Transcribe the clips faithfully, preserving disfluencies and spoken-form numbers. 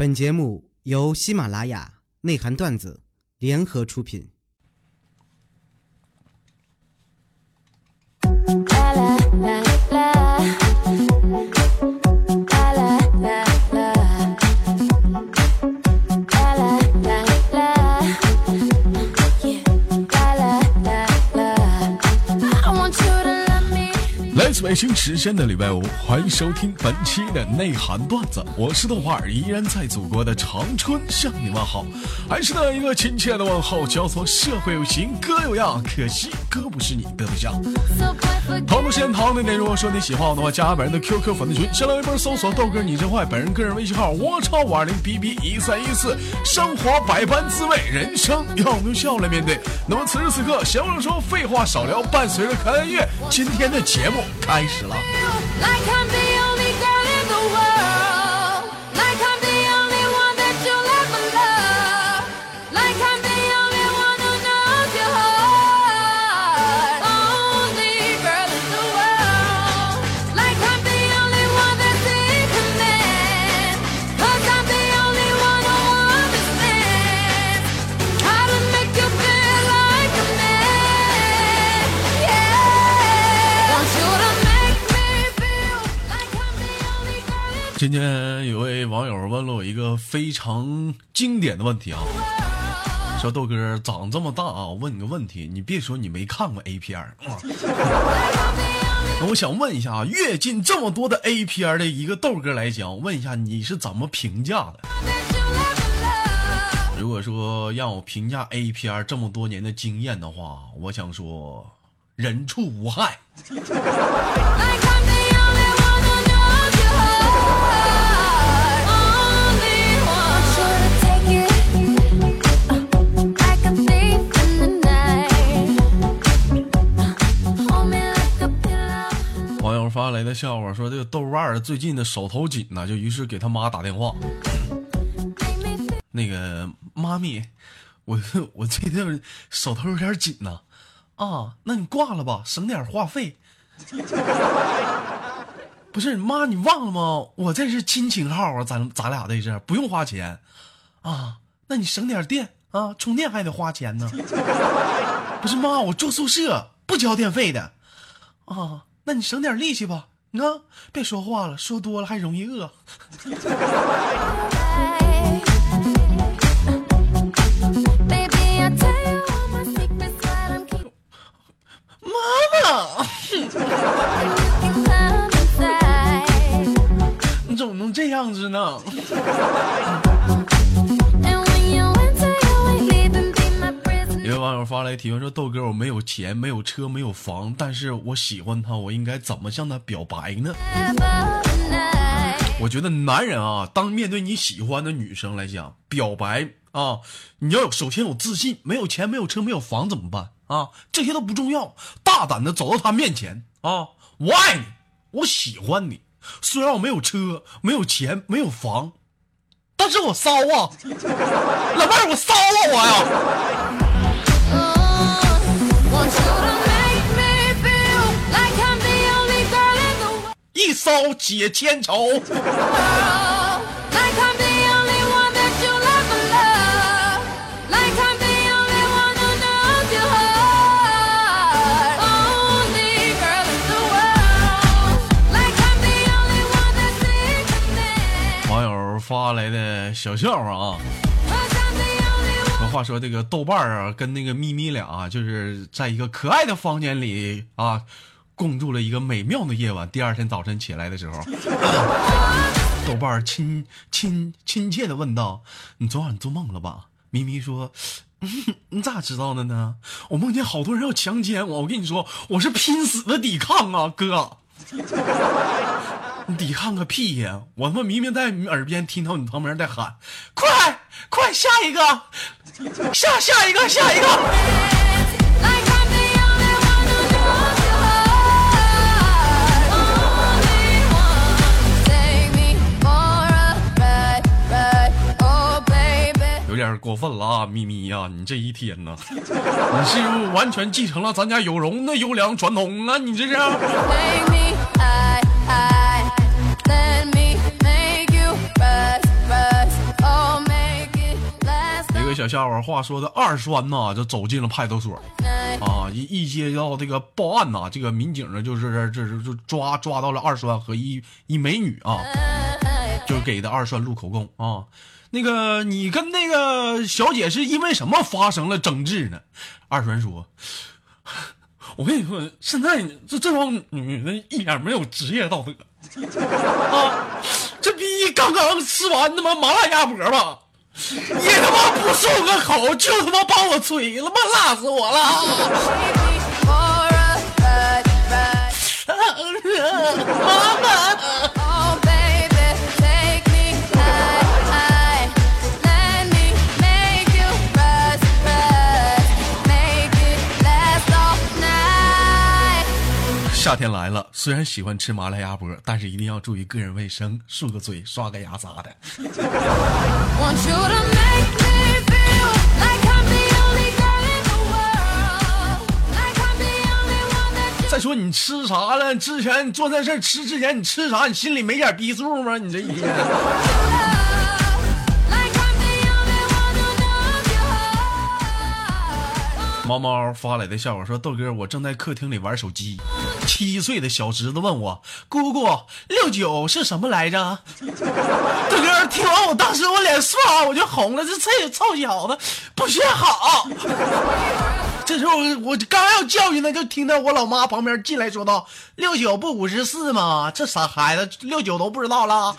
本节目由喜马拉雅、内涵段子联合出品。 来自北京时间的礼拜五，欢迎收听本期的内涵段子，我是豆瓣儿，依然在祖国的长春向你问好，还是那一个亲切的问候，叫做社会有型哥有样，可惜哥不是你的对象。好多时间堂的内容，说你喜欢我的话，加本人的 Q Q 粉丝群，新浪微博搜索豆哥你真坏，本人个人微信号我超五二零 B B 一三一四，生活百般滋味，人生要用笑来面对。那么此时此刻，闲话少说，废话少聊，伴随着可爱音乐，今天的节目开始了。今天有位网友问了我一个非常经典的问题啊，说豆哥长这么大啊，我问你个问题，你别说你没看过 A 片儿、嗯、那我想问一下啊，跃进这么多的 A 片的一个豆哥来讲，问一下你是怎么评价的？如果说让我评价 A 片这么多年的经验的话，我想说人畜无害。网友发来的笑话说，这个豆瓣最近的手头紧呢，就于是给他妈打电话，那个妈咪，我我最近手头有点紧呢，啊，那你挂了吧，省点话费。不是妈，你忘了吗？我这是亲情号啊，咱咱俩在这不用花钱啊，那你省点电啊，充电还得花钱呢。不是妈，我住宿舍不交电费的啊。那你省点力气吧，你看，别说话了，说多了还容易饿。妈妈，你怎么能这样子呢？有位网友发来提问说，豆哥，我没有钱，没有车，没有房，但是我喜欢他，我应该怎么向他表白呢？我觉得男人啊，当面对你喜欢的女生来讲，表白啊，你要有首先有自信，没有钱，没有车，没有房怎么办啊？这些都不重要，大胆的走到他面前啊，我爱你，我喜欢你，虽然我没有车，没有钱，没有房，但是我骚啊，老妹儿，我骚啊，我呀。一骚解千愁。网友发来的小笑话啊，话说这个豆瓣啊跟那个咪咪俩、啊、就是在一个可爱的房间里啊共度了一个美妙的夜晚。第二天早晨起来的时候，豆瓣亲亲亲切的问道，你昨晚做梦了吧？咪咪说，嗯，你咋知道的呢？我梦见好多人要强奸我，我跟你说，我是拼死的抵抗啊，哥。你抵抗个屁呀！我他妈明明在你耳边听到你旁边在喊，快快下一个，下下一个下一个。有点过分了啊，咪咪呀，你这一天呢，你是完全继承了咱家有容的优良传统啊，你这是。 个小笑话，话说的二栓呐，就走进了派出所啊，一一接到这个报案呐，这个民警呢就是这是就抓抓到了二栓和一一美女啊，就是给的二栓录口供啊。那个你跟那个小姐是因为什么发生了争执呢？二栓说，我跟你说，现在这这帮女的一点没有职业道德啊！这逼刚刚吃完他妈麻辣鸭脖吧，也他妈不漱个口，就他妈帮我吹了，妈辣死我了！妈妈。夏天来了，虽然喜欢吃麻辣鸭脖，但是一定要注意个人卫生，漱个嘴，刷个牙啥的。再说你吃啥了？之前你做这事吃之前你吃啥？你心里没点逼数吗？你这一天。猫猫发来的笑话说：豆哥，我正在客厅里玩手机，七岁的小侄子问我，姑姑六九是什么来着？豆哥听完我当时我脸唰我就红了，这这臭小子不学好。这时候我刚要教育呢，就听到我老妈旁边进来说道：六九不五十四吗？这傻孩子六九都不知道了。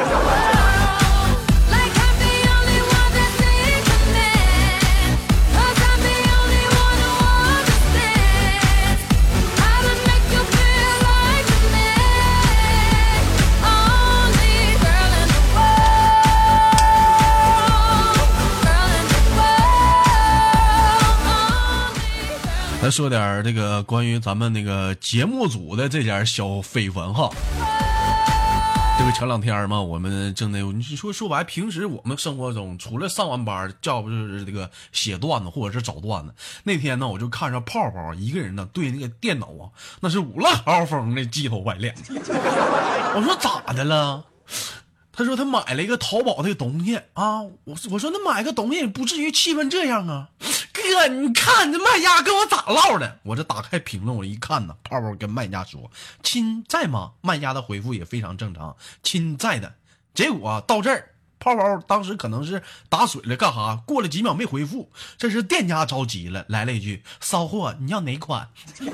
咱说点这个关于咱们那个节目组的这点小绯闻哈。这个前两天嘛，我们正在你说说白，平时我们生活中除了上完班，要不就是这个写段子或者是找段子。那天呢，我就看着泡泡一个人呢对那个电脑啊，那是五了豪风的鸡头白脸。我说咋的了？他说他买了一个淘宝的东西啊，我我说那买个东西不至于气氛这样啊。哥，你看这卖家跟我咋唠的？我这打开评论，我一看呢，泡泡跟卖家说：“亲在吗？”卖家的回复也非常正常，亲在的。结果、啊、到这儿，泡泡当时可能是打水了干啥，过了几秒没回复，这是店家着急了，来了一句：“骚货，你要哪款？”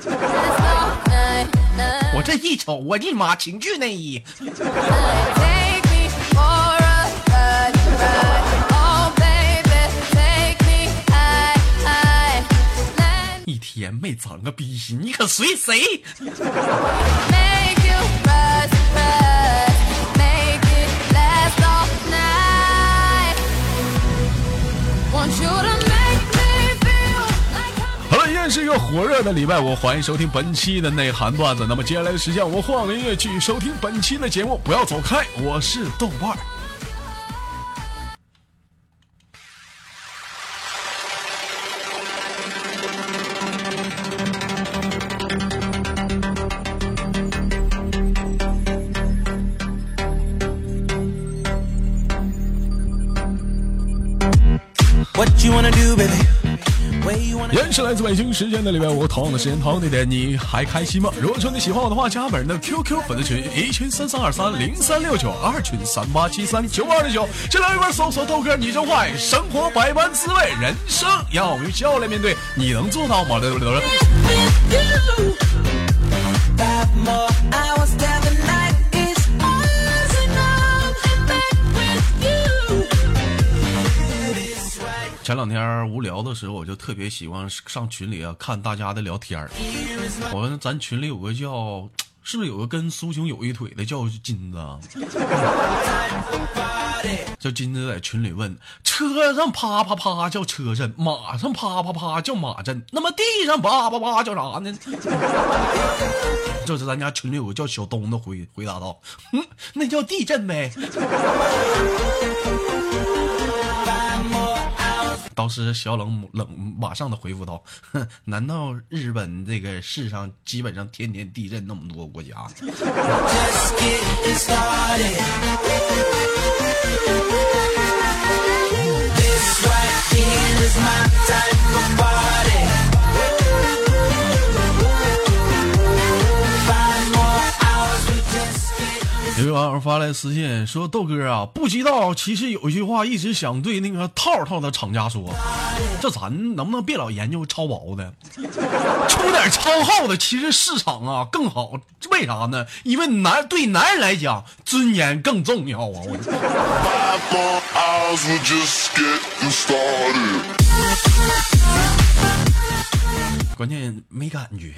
我这一瞅，我的妈，情趣内衣。一天没长个逼心，你可随谁？好了，依然是一个火热的礼拜五，欢迎收听本期的内涵段子。那么接下来的时间，我们换个音乐继续收听本期的节目，不要走开，我是豆瓣儿。也是来自北京时间的礼拜五，同样的时间同样的点，你还开心吗？如果说你喜欢我的话，加本人的 Q Q 粉丝群，一群三三二三零三六九，二群三八七三九二六九，这两边搜索豆哥你真坏，生活百般滋味，人生要用笑来面对，你能做到吗？前两天无聊的时候，我就特别喜欢上群里啊看大家的聊天儿。我说咱群里有个叫，是不是有个跟苏熊有一腿的叫金子啊？叫金子在群里问：车上啪啪啪叫车震，马上啪啪啪叫马震，那么地上啪啪啪叫啥呢？这是咱家群里有个叫小东的回回答道：嗯，那叫地震呗。当时小冷冷马上的回复道：哼，难道日本这个世上基本上天天地震那么多国家？ 发来私信说：“豆哥啊，不知道，其实有一句话一直想对那个套套的厂家说，这咱能不能别老研究超薄的，出点超厚的，其实市场啊更好。为啥呢？因为男对男人来讲，尊严更重要啊！我。”关键没感觉。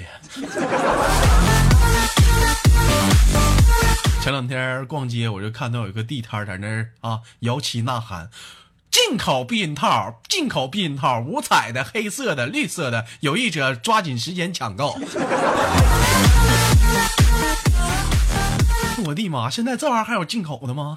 前两天逛街，我就看到有一个地摊在那儿啊摇旗呐喊，进口避孕套，进口避孕套，五彩的、黑色的、绿色的，有意者抓紧时间抢购。我的妈！现在这玩意儿还有进口的吗？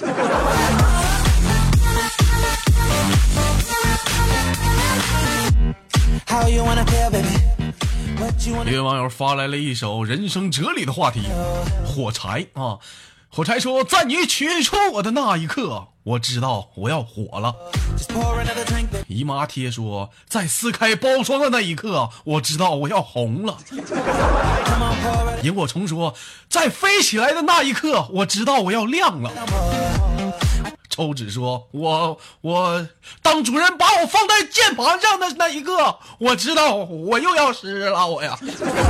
一位网友发来了一首人生哲理的话题，火柴啊！火柴说，在你取出我的那一刻，我知道我要火了。姨妈贴说，在撕开包装的那一刻，我知道我要红了。萤火虫说，在飞起来的那一刻，我知道我要亮了。抽纸说，我我当主人把我放在键盘上的那一刻，我知道我又要湿了，我呀。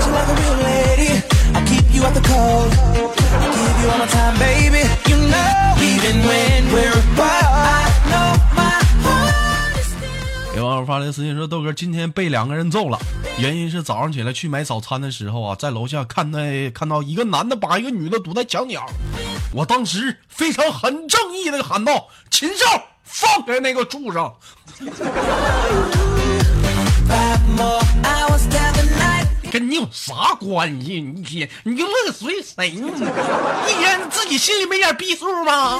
有网友发来私信说，豆哥今天被两个人揍了，原因是早上起来去买早餐的时候啊，在楼下看到看到一个男的把一个女的堵在墙角，我当时非常很正义的喊道，禽兽，放开那个畜生。跟你有啥关系？你天，你就乐随谁呢？一天自己心里没点逼数吗？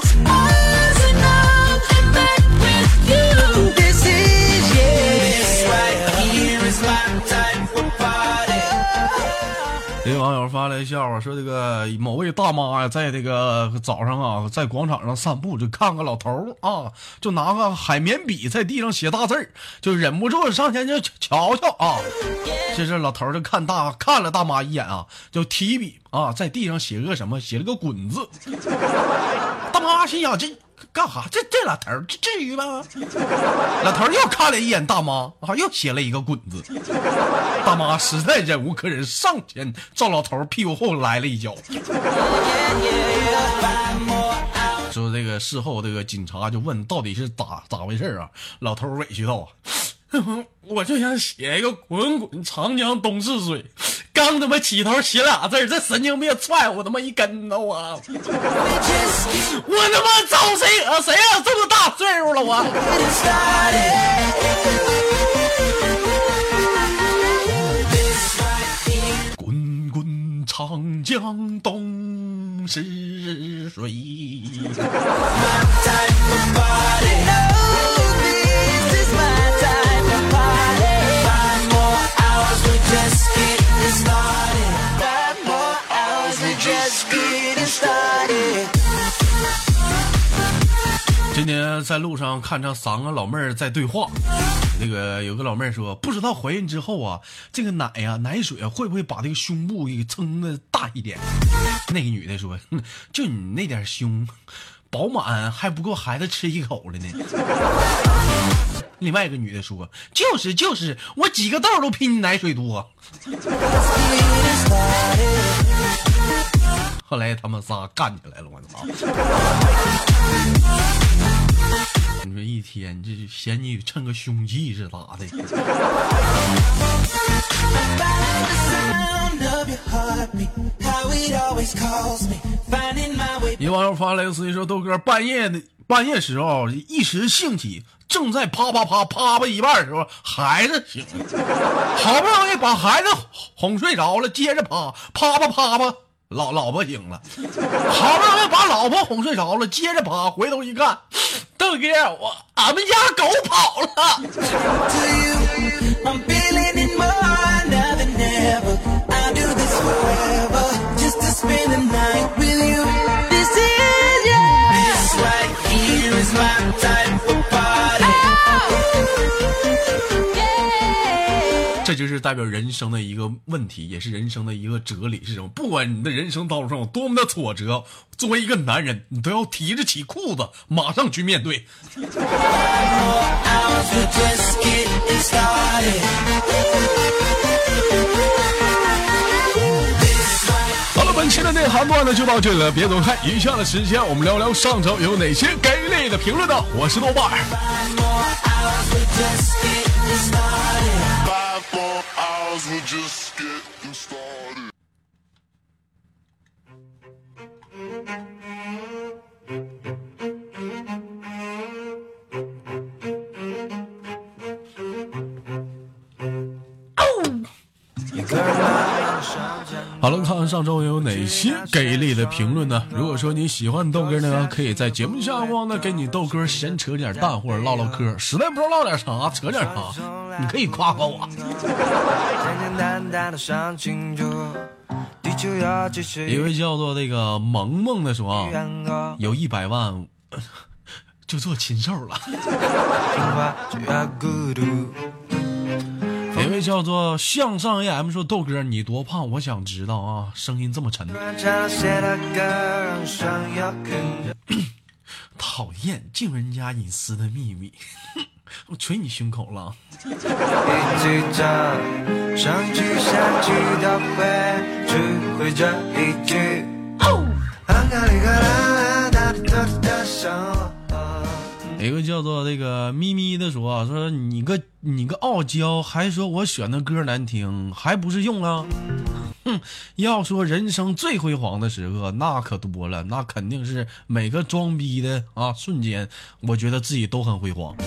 有网友发来笑话说，这个某位大妈呀，在这个早上啊，在广场上散步，就看个老头啊，就拿个海绵笔在地上写大字儿，就忍不住上前就瞧瞧啊。这是老头就看大看了大妈一眼啊，就提笔啊，在地上写个什么，写了个滚字。大妈心想，这干哈？这这老头这至于吗？老头又看了一眼大妈啊，又写了一个滚字。大妈实在忍无可忍，上前照老头屁股后来了一脚。说这个事后，这个警察就问到底是咋咋回事啊？老头委屈道啊，我就想写一个滚滚长江东逝水，刚他妈起头写俩字，这神经病踹我他妈一跟头啊！我他妈招谁惹谁啊？这么大岁数了我！滚滚长江东逝水。今天在路上看着三个老妹儿在对话，那个有个老妹儿说，不知道怀孕之后啊，这个奶呀、啊、奶水啊会不会把这个胸部给撑的大一点？那个女的说，就你那点胸饱满还不够孩子吃一口了呢。另外一个女的说，就是就是我几个豆都比你奶水多。后来他们仨干起来了，我操！你说一天这嫌你趁个凶器是咋的？一网友发来私信说，豆哥半夜的半夜时候一时兴起，正在啪啪啪啪啪一半的时候，孩子醒了，好不容易把孩子哄睡着了，接着啪啪啪啪啪。老老婆醒了，好不容易把老婆哄睡着了，接着爬，回头一看，豆哥，我俺们家狗跑了。这就是代表人生的一个问题，也是人生的一个哲理是什么？不管你的人生道路上有多么的挫折，作为一个男人，你都要提着起裤子，马上去面对。好了，本期的内涵段呢就到这里了，别走开。以下的时间我们聊聊上周有哪些给力的评论呢？我是豆瓣儿。好了，看看上周有哪些给力的评论呢？如果说你喜欢豆哥呢，可以在节目下方呢给你豆哥闲扯点蛋或者唠唠嗑，实在不知道唠点啥扯点啥，你可以夸夸我。一位叫做那个萌萌的说啊，有一百万就做禽兽了。一位叫做向上 A M 说，豆哥你多胖我想知道啊，声音这么沉。讨厌，进人家隐私的秘密。我捶你胸口了。有一个叫做那个咪咪的说说你个你个傲娇，还说我选的歌难听，还不是用了？哼，要说人生最辉煌的时刻，那可多了，那肯定是每个装逼的啊瞬间，我觉得自己都很辉煌。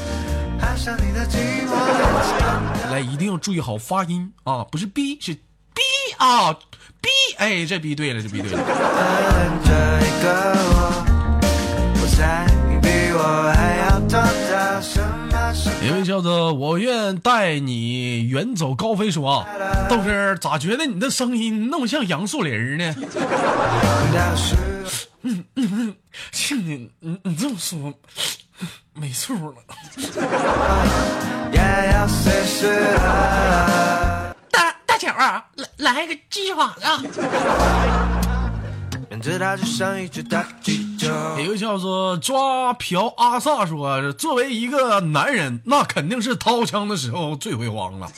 来，一定要注意好发音啊，不是 B 是 B 啊 B， 哎，这 B 对了，这 B 对了。一位叫做我愿带你远走高飞说，豆哥咋觉得你的声音那么像杨树林呢？嗯嗯，你你你这么说没错了。大大脚啊，来来个鸡爪子。一个叫做抓嫖阿萨说，作为一个男人，那肯定是掏枪的时候最辉煌了。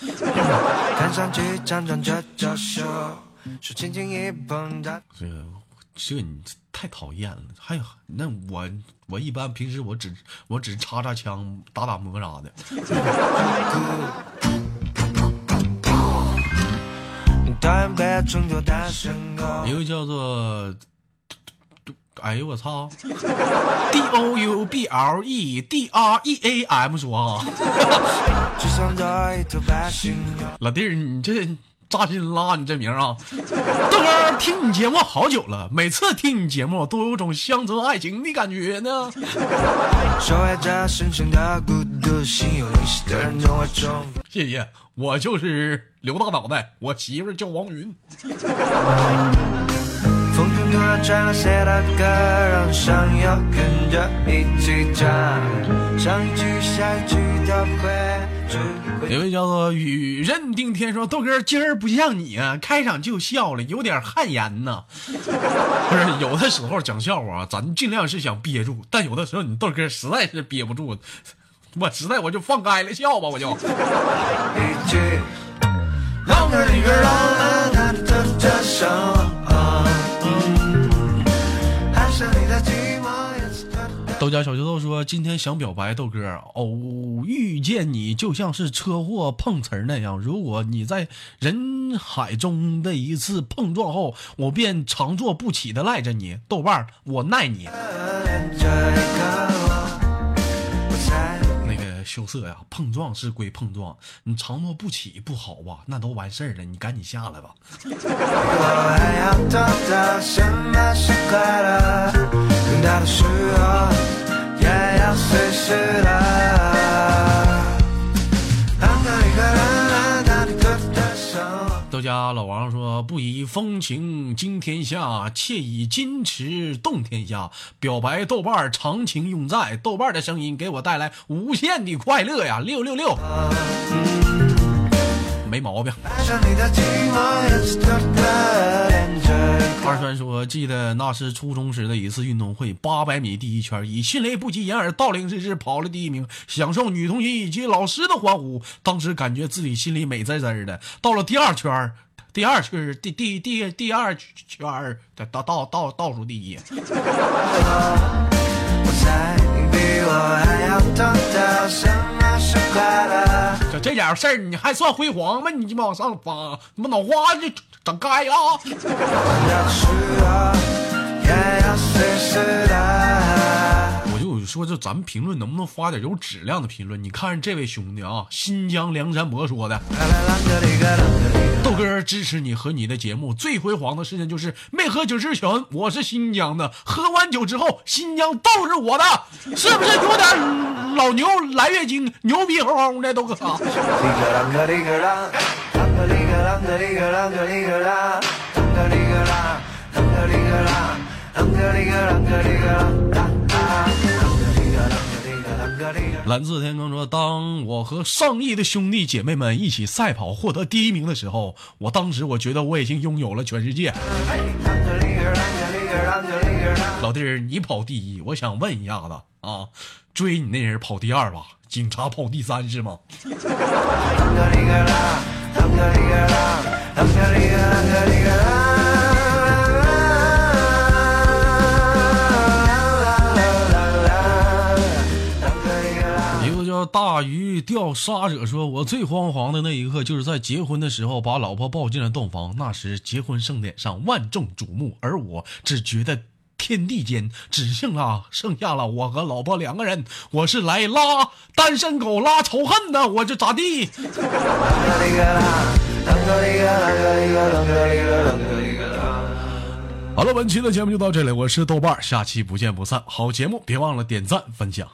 这个这个你太讨厌了。还有那我我一般平时我只我只插插枪打打磨啥的。一个叫做哎呦我操 D O U B L E D R E A M 说啊，老弟儿你这扎心啦，你这名啊。豆哥听你节目好久了，每次听你节目都有种乡村爱情的感觉呢。谢谢，我就是刘大脑袋，我媳妇叫王云。风中突然传来谁的歌，让想要跟着一起唱，上一句下一句都会。有位叫做雨认定天说，豆哥今儿不像你啊，开场就笑了，有点汗颜呐。不是，有的时候讲笑话咱尽量是想憋住，但有的时候你豆哥实在是憋不住，我实在我就放开了笑吧，我就。一句让个一个人他的这首豆家小石头说，今天想表白豆哥，偶遇见你就像是车祸碰瓷儿那样，如果你在人海中的一次碰撞后，我便常坐不起的赖着你，豆瓣我耐你。那个羞涩呀，碰撞是归碰撞，你常坐不起不好吧，那都完事儿了，你赶紧下来吧。我还要懂得什么是快乐，更大的时候也要随时的。豆家老王说，不以风情惊天下，妾以矜持动天下，表白豆瓣长情永在，豆瓣的声音给我带来无限的快乐呀，六六六。 没毛病。二川说，记得那是初中时的一次运动会，八百米第一圈，以迅雷不及掩耳盗铃之势跑了第一名，享受女同学以及老师的欢呼。当时感觉自己心里美滋滋的。到了第二圈，第二圈第第第第二圈，倒倒倒倒数第一。这这点事儿你还算辉煌吗？你鸡巴往上发，你们脑花就整开啊！我就说，这咱们评论能不能发点有质量的评论？你看这位兄弟啊，新疆梁山伯说的，豆哥支持你和你的节目。最辉煌的事情就是没喝酒之前我是新疆的，喝完酒之后新疆都是我的，是不是有点老牛来月经牛皮哄哄的？豆哥啊，蓝色天空说，当我和上亿的兄弟姐妹们一起赛跑获得第一名的时候，我当时我觉得我已经拥有了全世界。老弟儿，你跑第一，我想问一下子啊，追你那人跑第二吧，警察跑第三是吗？大鱼钓沙者说，我最慌慌的那一刻就是在结婚的时候把老婆抱进了洞房，那时结婚盛典上万众瞩目，而我只觉得天地间只剩了剩下了我和老婆两个人，我是来拉单身狗拉仇恨的，我这咋地？好了，本期的节目就到这里，我是豆瓣，下期不见不散。好节目别忘了点赞分享。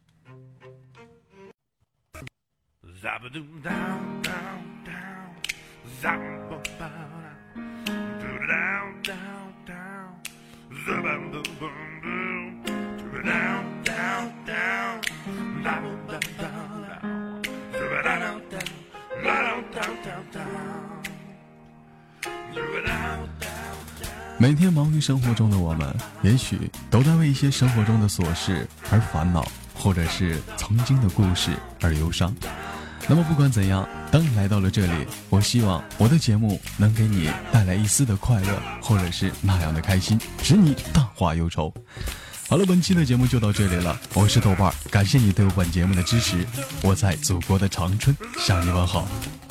每天忙于生活中的我们，也许都在为一些生活中的琐事而烦恼，或者是曾经的故事而忧伤。那么不管怎样，当你来到了这里，我希望我的节目能给你带来一丝的快乐，或者是那样的开心，使你淡化忧愁。好了，本期的节目就到这里了，我是豆瓣，感谢你对本节目的支持，我在祖国的长春向你问好。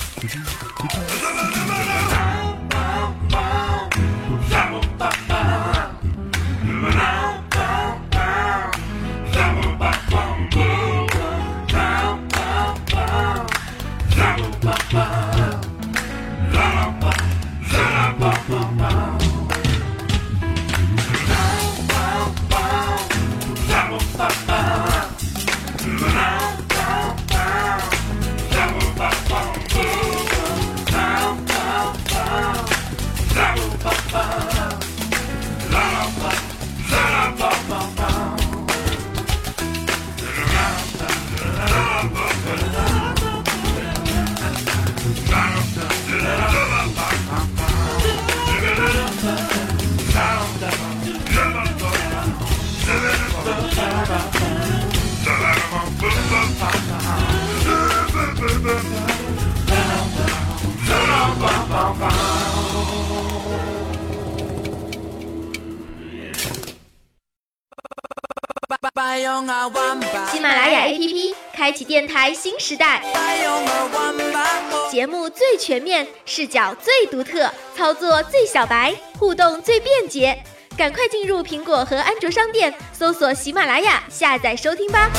喜马拉雅 A P P 开启电台新时代，节目最全面，视角最独特，操作最小白，互动最便捷，赶快进入苹果和安卓商店搜索喜马拉雅，下载收听吧。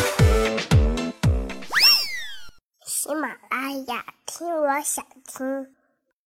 喜马拉雅，听我想听。